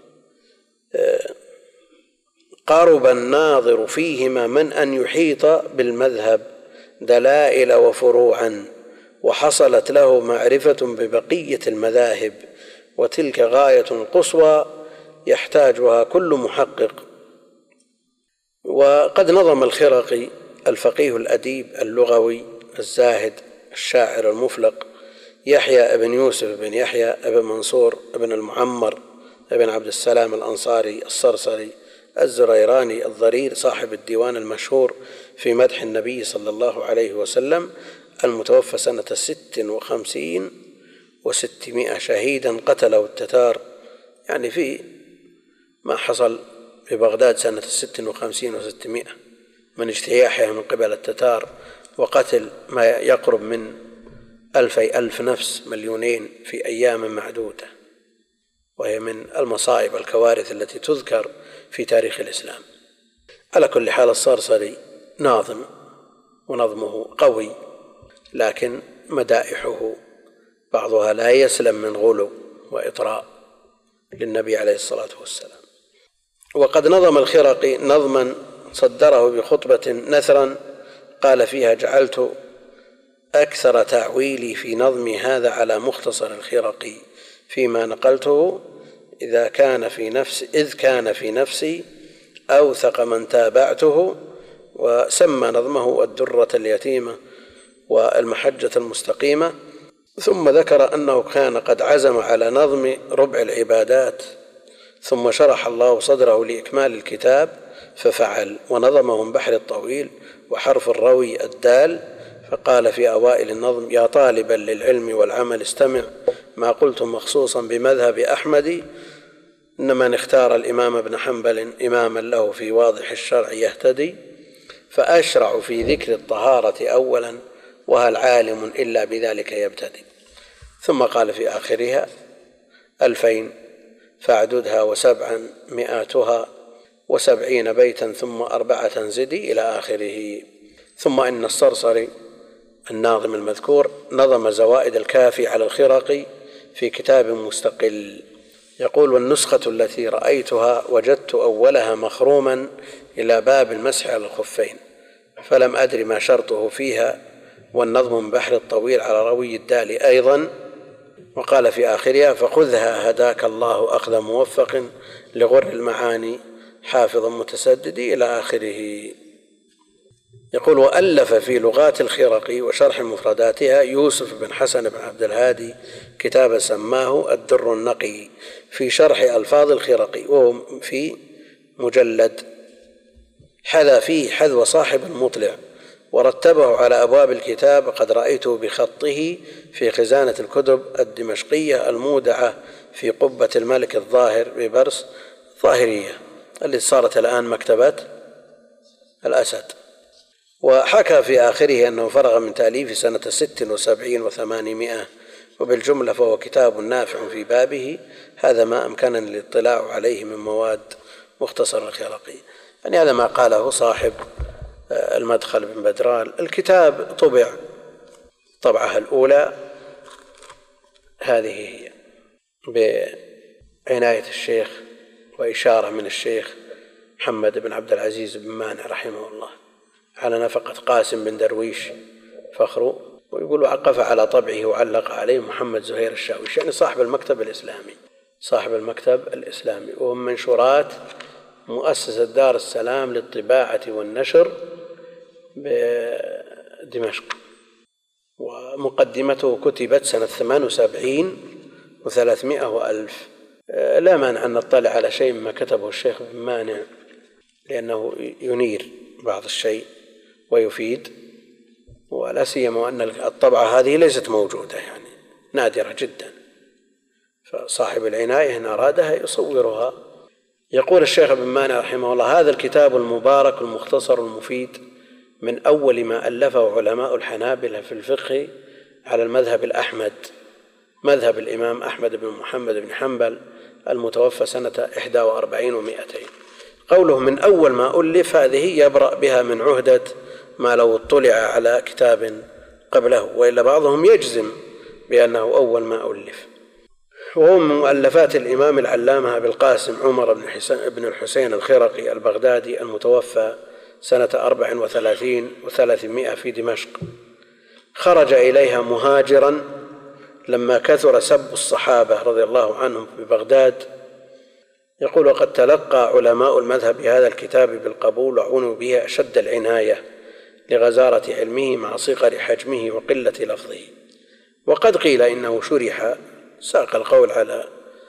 قارب الناظر فيهما من أن يحيط بالمذهب دلائل وفروعا، وحصلت له معرفة ببقية المذاهب، وتلك غاية قصوى يحتاجها كل محقق. وقد نظم الخرقي الفقيه الأديب اللغوي الزاهد الشاعر المفلق يحيى بن يوسف بن يحيى بن منصور بن المعمر بن عبد السلام الأنصاري الصرصري الزريراني الضرير صاحب الديوان المشهور في مدح النبي صلى الله عليه وسلم، المتوفى سنة ست وخمسين وستمائة شهيدا قتله التتار، يعني في ما حصل في بغداد سنة ست وخمسين وستمائة من اجتياحها من قبل التتار وقتل ما يقرب من ألفي ألف نفس، مليونين في أيام معدودة، وهي من المصائب الكوارث التي تذكر في تاريخ الإسلام. على كل حال الصرصري ناظم ونظمه قوي، لكن مدائحه بعضها لا يسلم من غلو وإطراء للنبي عليه الصلاة والسلام. وقد نظم الخرقي نظما صدره بخطبة نثرا قال فيها: جعلت أكثر تعويلي في نظمي هذا على مختصر الخرقي فيما نقلته، إذا كان في نفس إذ كان في نفسي أوثق من تابعته. وسمى نظمه الدرة اليتيمة والمحجة المستقيمة. ثم ذكر أنه كان قد عزم على نظم ربع العبادات، ثم شرح الله صدره لإكمال الكتاب ففعل، ونظمهم بحر الطويل وحرف الروي الدال. فقال في أوائل النظم: يا طالبا للعلم والعمل استمع، ما قلت مخصوصا بمذهب أحمد، إن من اختار الإمام ابن حنبل إماما له في واضح الشرع يهتدي، فأشرع في ذكر الطهارة أولا، وهل عالم إلا بذلك يبتدي. ثم قال في آخرها: ألفين فاعددها وسبعا مئاتها وسبعين بيتا ثم أربعة زدي إلى آخره. ثم إن الصرصري الناظم المذكور نظم زوائد الكافي على الخرقي في كتاب مستقل. يقول: والنسخة التي رأيتها وجدت أولها مخروما إلى باب المسح على الخفين، فلم أدر ما شرطه فيها، والنظم من بحر الطويل على روي الدال أيضا. وقال في آخرها: فخذها هداك الله أخذ موفق لغر المعاني حافظا متسدد إلى آخره. يقول: وألف في لغات الخرقي وشرح مفرداتها يوسف بن حسن بن عبد الهادي كتابا سماه الدر النقي في شرح ألفاظ الخرقي، وهو في مجلد، حذا فيه حذو صاحب مطلع، ورتبه على أبواب الكتاب. قد رأيته بخطه في خزانة الكتب الدمشقية المودعة في قبة الملك الظاهر ببرس ظاهرية التي صارت الآن مكتبة الأسد. وحكى في آخره أنه فرغ من تأليف سنة ست وسبعين وثمانمائة، وبالجملة فهو كتاب نافع في بابه. هذا ما أمكنني الاطلاع عليه من مواد مختصر الخرقي. يعني هذا ما قاله صاحب المدخل بن بدران. الكتاب طبع طبعها الأولى، هذه هي بعناية الشيخ وإشارة من الشيخ محمد بن عبد العزيز بن مانع رحمه الله على نفقة قاسم بن درويش فخر. ويقول: وعقف على طبعه وعلق عليه محمد زهير الشاويش، يعني صاحب المكتب الإسلامي صاحب المكتب الإسلامي وهم منشورات مؤسسة دار السلام للطباعة والنشر بدمشق. ومقدمته كتبت سنة ثمان وسبعين وثلاثمائة وألف. لا مانع أن نطلع على شيء مما كتبه الشيخ بن مانع، لأنه ينير بعض الشيء ويفيد، ولا سيما أن الطبعة هذه ليست موجودة، يعني نادرة جدا. فصاحب العناية إن أرادها يصورها. يقول الشيخ ابن مانع رحمه الله: هذا الكتاب المبارك المختصر المفيد من أول ما ألفه علماء الحنابلة في الفقه على المذهب الأحمد، مذهب الإمام أحمد بن محمد بن حنبل المتوفى سنة إحدى وأربعين ومائتين. قوله من أول ما ألف هذه يبرأ بها من عهدة ما لو اطلع على كتاب قبله، وإلا بعضهم يجزم بأنه أول ما ألف. وهو من مؤلفات الإمام العلامة أبي القاسم عمر بن الحسين الخرقي البغدادي المتوفى سنة أربع وثلاثين وثلاثمائة في دمشق. خرج إليها مهاجرا لما كثر سب الصحابة رضي الله عنهم ببغداد. يقول: وقد تلقى علماء المذهب بهذا الكتاب بالقبول وعنوا به أشد العناية لغزارة علمه مع صغر حجمه وقلة لفظه. وقد قيل إنه شرح، ساق القول على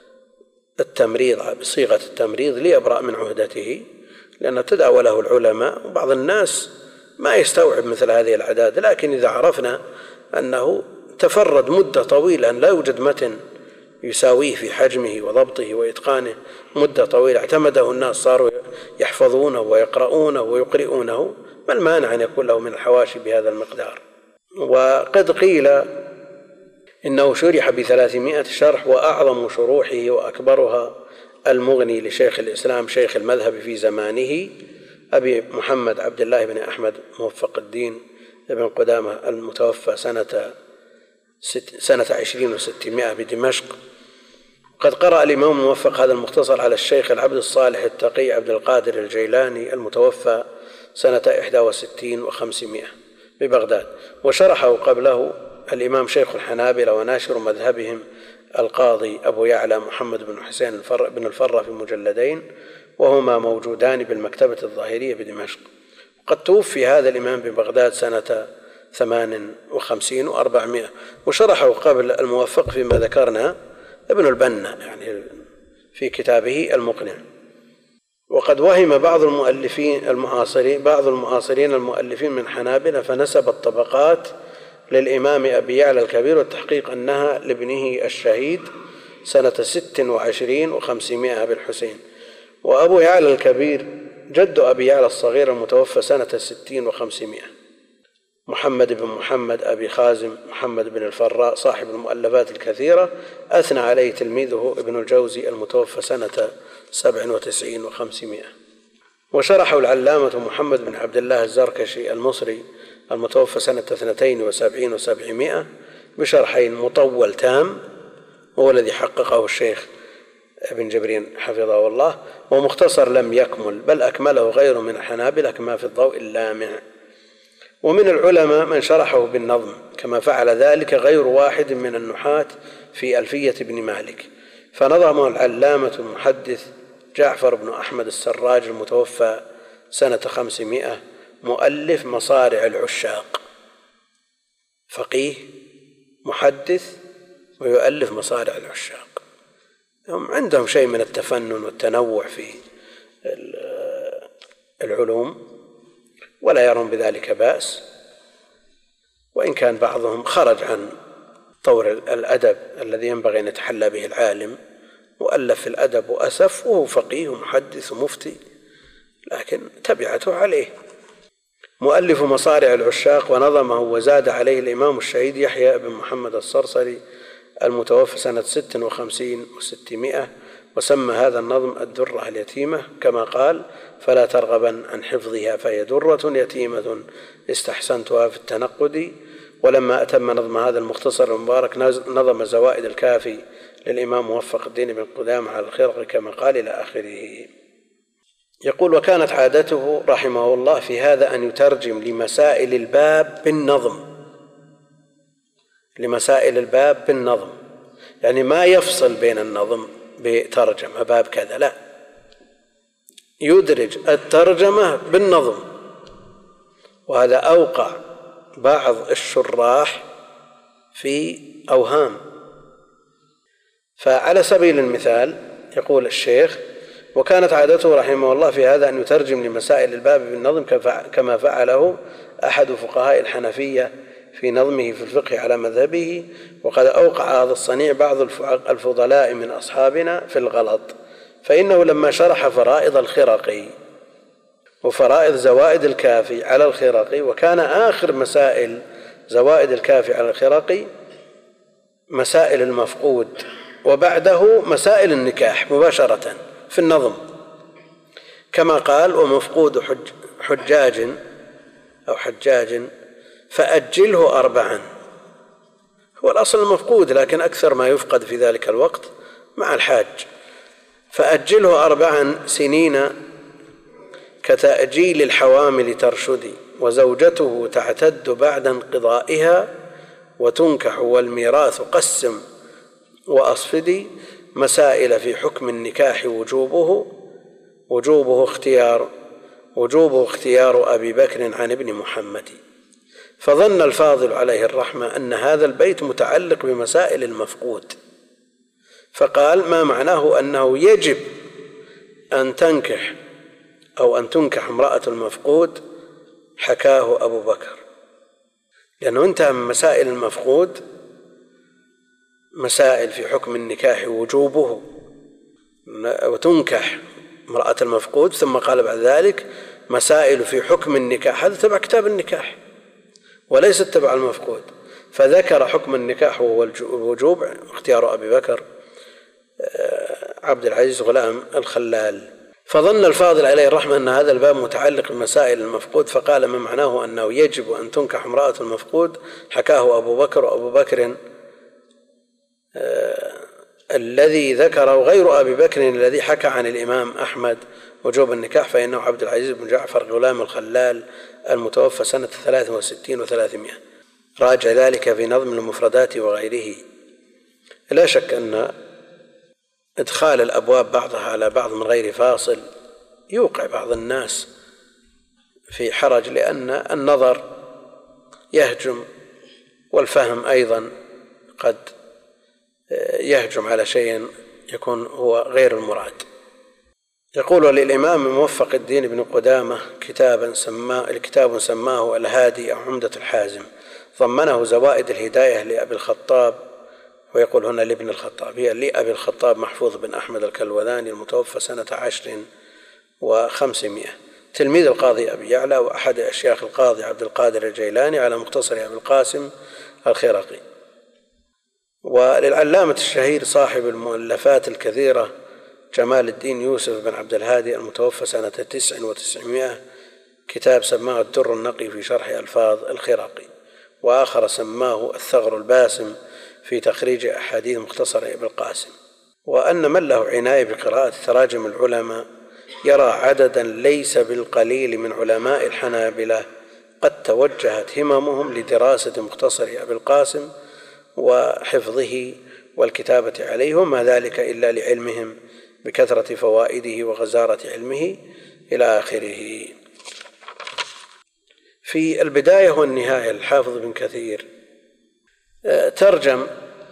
التمريض بصيغة التمريض ليبرأ من عهدته، لأن تداوله العلماء وبعض الناس ما يستوعب مثل هذه الأعداد. لكن إذا عرفنا أنه تفرد مدة طويلة أن لا يوجد متن يساويه في حجمه وضبطه وإتقانه، مدة طويلة اعتمده الناس، صاروا يحفظونه ويقرؤونه ويقرؤونه، ما المانع أن يكون له من الحواشي بهذا المقدار؟ وقد قيل إنه شرح بثلاثمائة شرح، وأعظم شروحه وأكبرها المغني لشيخ الإسلام شيخ المذهب في زمانه أبي محمد عبد الله بن أحمد موفق الدين بن قدامة المتوفى سنة سنة عشرين وستمائة بدمشق. قد قرأ الإمام الموفق هذا المختصر على الشيخ العبد الصالح التقي عبد القادر الجيلاني المتوفى سنة إحدى وستين وخمسمائة ببغداد، وشرحه قبله الإمام شيخ الحنابلة وناشر مذهبهم القاضي أبو يعلى محمد بن حسين بن الفرة في مجلدين، وهما موجودان بالمكتبة الظاهرية بدمشق. قد توفي هذا الإمام ببغداد سنة ثمان وخمسين وأربعمائة، وشرحه قبل الموفق فيما ذكرنا ابن البنا يعني في كتابه المقنع. وقد وهم بعض المؤلفين المعاصرين بعض المعاصرين المؤلفين من حنابلة فنسب الطبقات للإمام أبي يعلى الكبير، والتحقيق أنها لابنه الشهيد سنة ست وعشرين وخمسمائة بالحسين. وأبو يعلى الكبير جد أبي يعلى الصغير المتوفى سنة ستين وخمسمائة، محمد بن محمد أبي خازم محمد بن الفراء صاحب المؤلفات الكثيرة، أثنى عليه تلميذه ابن الجوزي المتوفى سنة سبع وتسعين وخمسمائة. وشرحه العلامة محمد بن عبد الله الزركشي المصري المتوفى سنة اثنتين وسبعين وسبعمائة بشرحين مطول تام، هو الذي حققه الشيخ ابن جبرين حفظه الله، ومختصر لم يكمل بل أكمله غيره من الحنابلة كما في الضوء اللامع. ومن العلماء من شرحه بالنظم كما فعل ذلك غير واحد من النحاة في ألفية بن مالك، فنظمه العلامة المحدث جعفر بن أحمد السراج المتوفى سنة خمسمائة، مؤلف مصارع العشاق، فقيه محدث ويؤلف مصارع العشاق. هم عندهم شيء من التفنن والتنوع في العلوم ولا يرون بذلك بأس، وإن كان بعضهم خرج عن طور الأدب الذي ينبغي أن يتحلى به العالم، وألف في الأدب وأسف، وهو فقيه ومحدث ومفتي لكن تبعته عليه. مؤلف مصارع العشاق ونظمه وزاد عليه الإمام الشهيد يحيى بن محمد الصرصري المتوفى سنة ست وخمسين وستمائة، وسمى هذا النظم الدرة اليتيمة كما قال: فلا ترغبا عن حفظها فهي درة يتيمة استحسنتها في التنقد. ولما أتم نظم هذا المختصر المبارك نظم زوائد الكافي للإمام موفق الدين بن قدامة على الخرقي كما قال إلى آخره. يقول: وكانت عادته رحمه الله في هذا أن يترجم لمسائل الباب بالنظم، لمسائل الباب بالنظم، يعني ما يفصل بين النظم بترجمة باب كذا، لا، يدرج الترجمة بالنظم. وهذا أوقع بعض الشراح في أوهام. فعلى سبيل المثال يقول الشيخ: وكانت عادته رحمه الله في هذا أن يترجم لمسائل الباب بالنظم كما فعله أحد فقهاء الحنفية في نظمه في الفقه على مذهبه، وقد أوقع هذا الصنيع بعض الفضلاء من أصحابنا في الغلط، فإنه لما شرح فرائض الخرقي وفرائض زوائد الكافي على الخرقي، وكان آخر مسائل زوائد الكافي على الخرقي مسائل المفقود، وبعده مسائل النكاح مباشرة في النظم، كما قال: ومفقود حج حجاج أو حجاج فأجله أربعا. هو الأصل المفقود، لكن أكثر ما يفقد في ذلك الوقت مع الحاج. فأجله أربعا سنين كتأجيل الحوامل ترشدي، وزوجته تعتد بعد انقضائها وتنكح، والميراث قسم وأصفدي. مسائل في حكم النكاح وجوبه وجوبه اختيار وجوبه اختيار أبي بكر عن ابن محمد. فظن الفاضل عليه الرحمة أن هذا البيت متعلق بمسائل المفقود، فقال: ما معناه أنه يجب أن تنكح أو أن تنكح امرأة المفقود حكاه أبو بكر، لأنه انتهى من مسائل المفقود مسائل في حكم النكاح وجوبه وتنكح امرأة المفقود، ثم قال بعد ذلك مسائل في حكم النكاح. هذا تبع كتاب النكاح وليس تبع المفقود، فذكر حكم النكاح وهو الوجوب اختيار أبي بكر عبد العزيز غلام الخلال. فظن الفاضل عليه الرحمة أن هذا الباب متعلق بمسائل المفقود، فقال: من معناه أنه يجب أن تنكح امرأة المفقود حكاه أبو بكر، وأبو بكر آه الذي ذكره غير أبي بكر الذي حكى عن الإمام أحمد وجوب النكاح، فإنه عبد العزيز بن جعفر غلام الخلال المتوفى سنة ثلاث وستين وثلاثمائة. راجع ذلك في نظم المفردات وغيره. لا شك أن إدخال الأبواب بعضها على بعض من غير فاصل يوقع بعض الناس في حرج، لأن النظر يهجم والفهم أيضا قد يهجم على شيء يكون هو غير المراد. يقول للإمام موفق الدين بن قدامة كتابا سماه الكتاب سماه الهادي أو عمدة الحازم، ضمنه زوائد الهداية لأبي الخطاب، ويقول هنا لابن الخطاب، هي لأبي الخطاب محفوظ بن أحمد الكلوذاني المتوفى سنة عشر وخمسمائة، تلميذ القاضي أبي يعلى وأحد أشياخ القاضي عبد القادر الجيلاني على مختصر أبي القاسم الخرقي. وللعلامة الشهير صاحب المؤلفات الكثيرة جمال الدين يوسف بن عبد الهادي المتوفى سنة تسع وتسعمائة كتاب سماه الدر النقي في شرح ألفاظ الخرقي، وآخر سماه الثغر الباسم في تخريج أحاديث مختصر ابن القاسم. وأن من له عناية بقراءة تراجم العلماء يرى عددا ليس بالقليل من علماء الحنابلة قد توجهت هممهم لدراسة مختصر ابن القاسم وحفظه والكتابة عليه، وما ذلك إلا لعلمهم بكثرة فوائده وغزارة علمه إلى آخره. في البداية والنهاية الحافظ بن كثير ترجم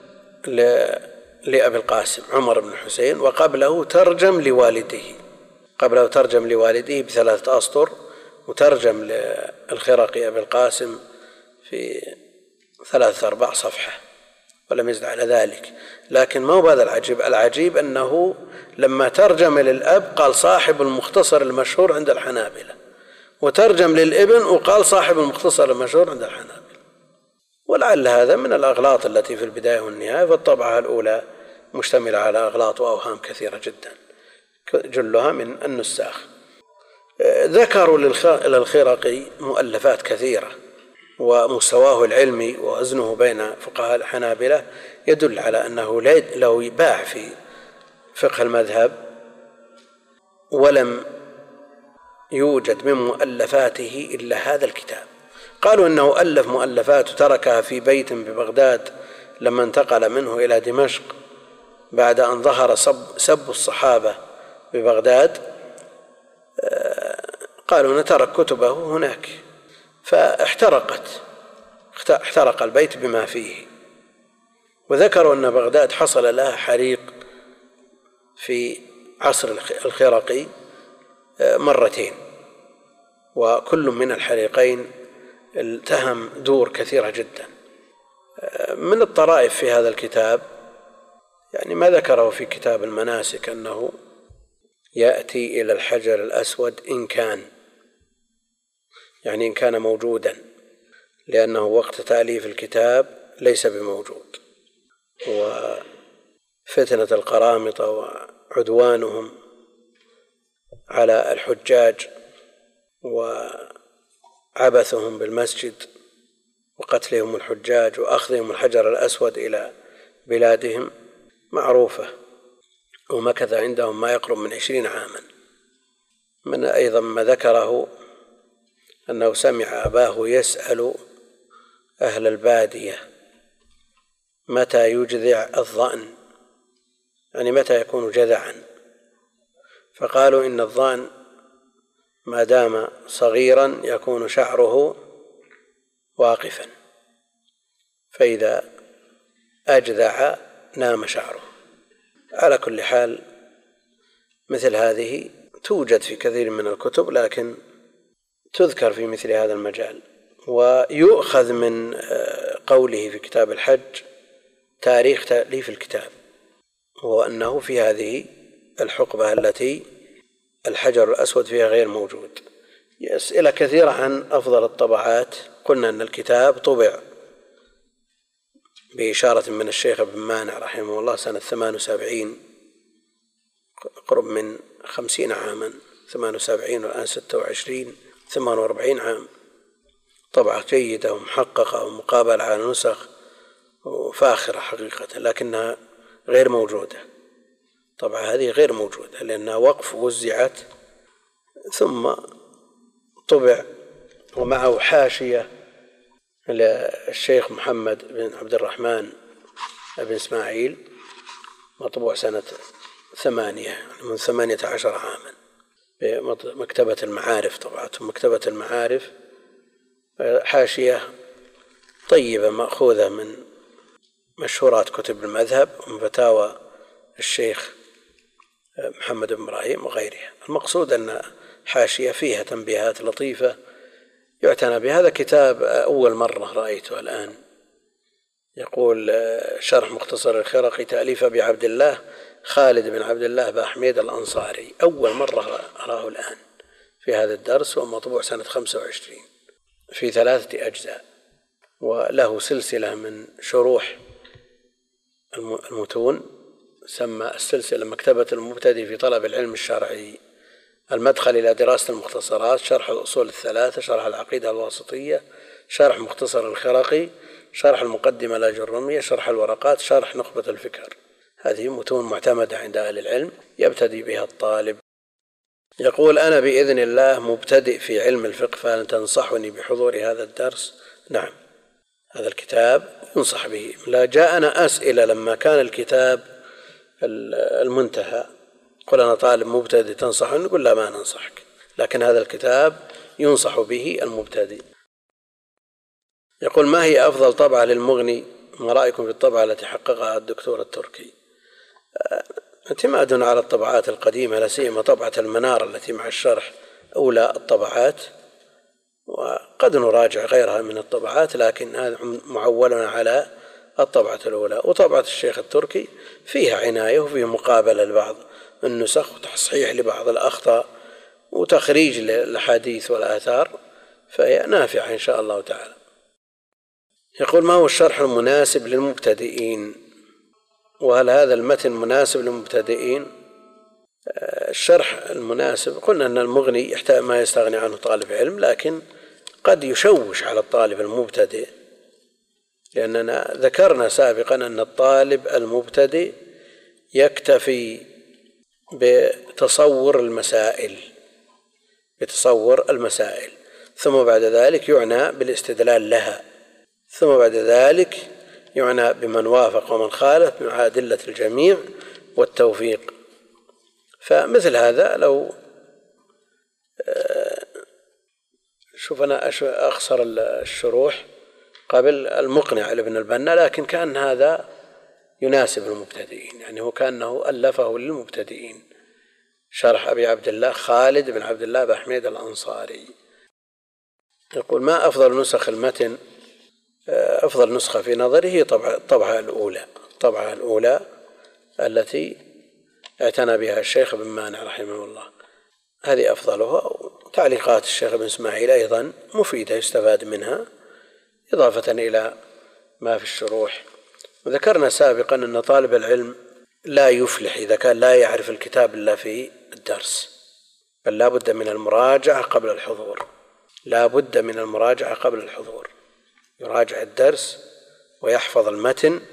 لأبي القاسم عمر بن الحسين، وقبله ترجم لوالده قبله ترجم لوالده بثلاثة أسطر، وترجم للخرقي أبي القاسم في ثلاثة أرباع صفحة ولم يزد على ذلك. لكن ما هو هذا العجيب، العجيب أنه لما ترجم للأب قال صاحب المختصر المشهور عند الحنابلة، وترجم للابن وقال صاحب المختصر المشهور عند الحنابلة. ولعل هذا من الأغلاط التي في البداية والنهاية، فالطبعة الأولى مشتملة على أغلاط وأوهام كثيرة جدا جلها من النساخ. ذكروا للخرقي مؤلفات كثيرة، ومستواه العلمي ووزنه بين فقهاء الحنابلة يدل على أنه لو باع في فقه المذهب، ولم يوجد من مؤلفاته إلا هذا الكتاب. قالوا إنه ألف مؤلفات تركها في بيت ببغداد لما انتقل منه إلى دمشق بعد أن ظهر سب, سب الصحابة ببغداد. قالوا نترك كتبه هناك، فاحترقت احترق البيت بما فيه. وذكروا أن بغداد حصل لها حريق في عصر الخرقي مرتين، وكل من الحريقين التهم دور كثيرة جدا. من الطرائف في هذا الكتاب يعني ما ذكره في كتاب المناسك أنه يأتي إلى الحجر الأسود إن كان يعني إن كان موجودا، لأنه وقت تأليف الكتاب ليس بموجود، وفتنة القرامطة وعدوانهم على الحجاج وعبثهم بالمسجد وقتلهم الحجاج وأخذهم الحجر الأسود إلى بلادهم معروفة، ومكث عندهم ما يقرب من عشرين عاما. من أيضا ما ذكره أنه سمع أباه يسأل أهل البادية متى يجذع الظأن، يعني متى يكون جذعا، فقالوا إن الظأن ما دام صغيرا يكون شعره واقفا، فإذا أجذع نام شعره. على كل حال مثل هذه توجد في كثير من الكتب، لكن تذكر في مثل هذا المجال. ويؤخذ من قوله في كتاب الحج تاريخ تأليف الكتاب، وهو أنه في هذه الحقبة التي الحجر الأسود فيها غير موجود. أسئلة كثيرة عن أفضل الطبعات. قلنا أن الكتاب طبع بإشارة من الشيخ ابن مانع رحمه الله سنة ثمان وسبعين، قرب من خمسين عاما، ثمان وسبعين والآن ستة وعشرين، ثمان وأربعين عام. طبعة جيدة ومحققة ومقابلة على نسخ وفاخرة حقيقة، لكنها غير موجودة. طبعا هذه غير موجودة لأنها وقف وزعت ثم طبع، ومعه حاشية للشيخ محمد بن عبد الرحمن بن إسماعيل مطبوع سنة ثمانية من ثمانية عشر عاما بمكتبة المعارف. طبعا مكتبة المعارف حاشية طيبة مأخوذة من مشهورات كتب المذهب ومن فتاوى الشيخ محمد بن إبراهيم وغيرها. المقصود أن حاشية فيها تنبيهات لطيفة يعتنى بها. هذا كتاب أول مرة رأيته الآن، يقول شرح مختصر الخرقي تأليف أبي عبد الله خالد بن عبد الله بأحمد الأنصاري، أول مرة أراه الآن في هذا الدرس، ومطبوع سنة خمسة وعشرين في ثلاثة أجزاء، وله سلسلة من شروح المتون، سمى السلسلة مكتبة المبتدئ في طلب العلم الشرعي، المدخل إلى دراسة المختصرات، شرح الأصول الثلاثة، شرح العقيدة الواسطية، شرح مختصر الخرقي، شرح المقدمة الأجرمية، شرح الورقات، شرح نخبة الفكر. هذه متون معتمدة عند أهل العلم يبتدي بها الطالب. يقول أنا بإذن الله مبتدئ في علم الفقه، فهل تنصحني بحضور هذا الدرس؟ نعم، هذا الكتاب ينصح به. لا جاءنا أسئلة لما كان الكتاب المنتهى، قل أنا طالب مبتدئ تنصحني؟ نقول لا، ما ننصحك، لكن هذا الكتاب ينصح به المبتدئ. يقول ما هي أفضل طبعة للمغني؟ ما رأيكم في الطبعة التي حققها الدكتور التركي؟ اعتماد على الطبعات القديمة، لا سيما طبعة المنار التي مع الشرح أولى الطبعات، وقد نراجع غيرها من الطبعات، لكن هذا معولنا على الطبعة الأولى. وطبعة الشيخ التركي فيها عناية وفيه مقابلة لبعض النسخ وتصحيح لبعض الأخطاء وتخريج للأحاديث والآثار، فهي نافعة إن شاء الله تعالى. يقول ما هو الشرح المناسب للمبتدئين؟ وهل هذا المتن مناسب للمبتدئين؟ الشرح المناسب قلنا أن المغني يحتاج ما يستغني عنه طالب علم، لكن قد يشوش على الطالب المبتدئ، لأننا ذكرنا سابقا أن الطالب المبتدئ يكتفي بتصور المسائل بتصور المسائل ثم بعد ذلك يعنى بالاستدلال لها، ثم بعد ذلك يعنى بمن وافق ومن خالف مع أدلة الجميع والتوفيق. فمثل هذا لو شوف أنا أخسر الشروح قبل المقنع لابن البنا، لكن كان هذا يناسب المبتدئين، يعني هو كأنه ألفه للمبتدئين، شرح أبي عبد الله خالد بن عبد الله بأحمد الأنصاري. يقول: ما أفضل نسخ المتن؟ أفضل نسخة في نظره طبعة الطبعة الأولى الطبعة الأولى التي اعتنى بها الشيخ بن مانع رحمه الله، هذه أفضلها. وتعليقات الشيخ بن إسماعيل أيضا مفيدة يستفاد منها، إضافة إلى ما في الشروح. وذكرنا سابقا أن طالب العلم لا يفلح إذا كان لا يعرف الكتاب إلا في الدرس، بل لا بد من المراجعة قبل الحضور لا بد من المراجعة قبل الحضور يراجع الدرس ويحفظ المتن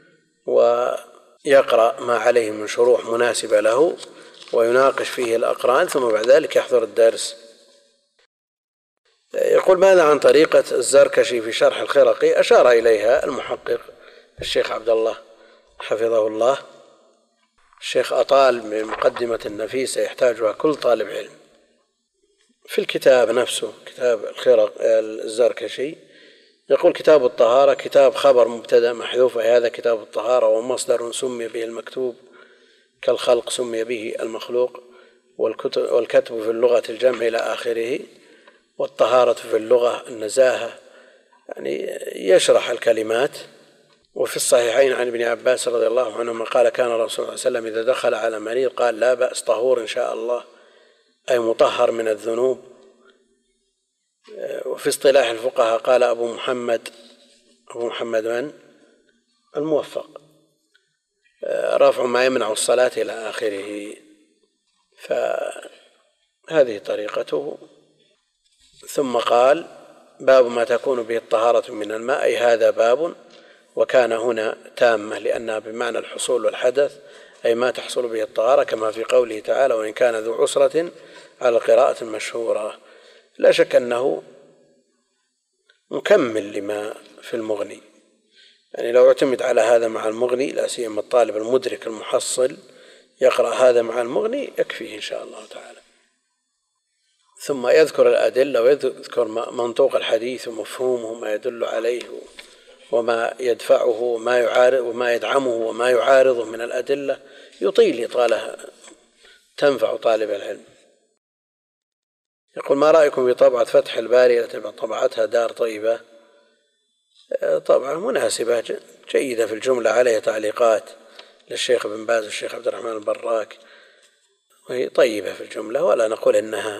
ويقرأ ما عليه من شروح مناسبة له ويناقش فيه الأقران، ثم بعد ذلك يحضر الدرس. يقول: ماذا عن طريقة الزركشي في شرح الخرقي؟ أشار إليها المحقق الشيخ عبد الله حفظه الله. الشيخ أطال من مقدمة نفيسة يحتاجها كل طالب علم. في الكتاب نفسه كتاب الخرق الزركشي يقول: كتاب الطهارة كتاب خبر مبتدأ محذوف، هذا كتاب الطهارة ومصدر سمي به المكتوب، كالخلق سمي به المخلوق، والكتب في اللغة الجمع إلى آخره، والطهارة في اللغة النزاهة، يعني يشرح الكلمات. وفي الصحيحين عن ابن عباس رضي الله عنهما قال: كان الرسول صلى الله عليه وسلم إذا دخل على مريض قال: لا بأس، طهور إن شاء الله، أي مطهر من الذنوب. وفي اصطلاح الفقهاء قال أبو محمد أبو محمد من؟ الموفق، رفع ما يمنع الصلاة إلى آخره. فهذه طريقته. ثم قال: باب ما تكون به الطهارة من الماء، أي هذا باب، وكان هنا تامة لأنها بمعنى الحصول والحدث، أي ما تحصل به الطهارة، كما في قوله تعالى: وإن كان ذو عسرة، على القراءة المشهورة. لا شك أنه مكمل لما في المغني، يعني لو اعتمد على هذا مع المغني، لا سيما الطالب المدرك المحصل يقرأ هذا مع المغني يكفيه إن شاء الله تعالى. ثم يذكر الأدلة ويذكر منطوق الحديث ومفهومه، ما يدل عليه وما يدفعه وما يعارض وما يدعمه وما يعارضه من الأدلة، يطيل إطالة تنفع طالب العلم. يقول: ما رأيكم بطبعة فتح الباري التي طبعتها دار طيبة؟ طبعة مناسبة جيدة، في الجملة عليها تعليقات للشيخ بن باز والشيخ عبد الرحمن البراك، وهي طيبة في الجملة، ولا نقول إنها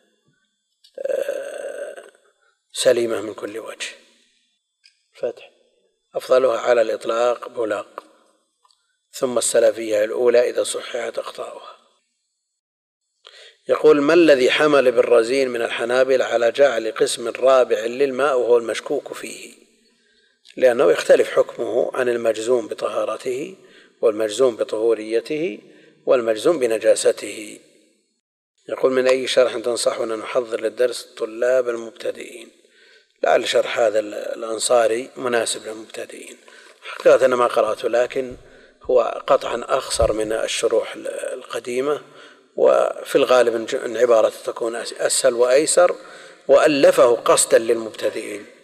سليمة من كل وجه. فتح أفضلها على الإطلاق بولاق، ثم السلفية الأولى إذا صححت أخطاؤها. يقول: ما الذي حمل بالرزين من الحنابلة على جعل قسم رابع للماء وهو المشكوك فيه؟ لأنه يختلف حكمه عن المجزوم بطهارته والمجزوم بطهوريته والمجزوم بنجاسته. يقول: من أي شرح تنصحنا نحضر للدرس الطلاب المبتدئين؟ لعل شرح هذا الأنصاري مناسب للمبتدئين. حقيقة أنا ما قرأته، لكن هو قطعا أخصر من الشروح القديمة، وفي الغالب أن عبارة تكون أسهل وأيسر، وألفه قصدا للمبتدئين.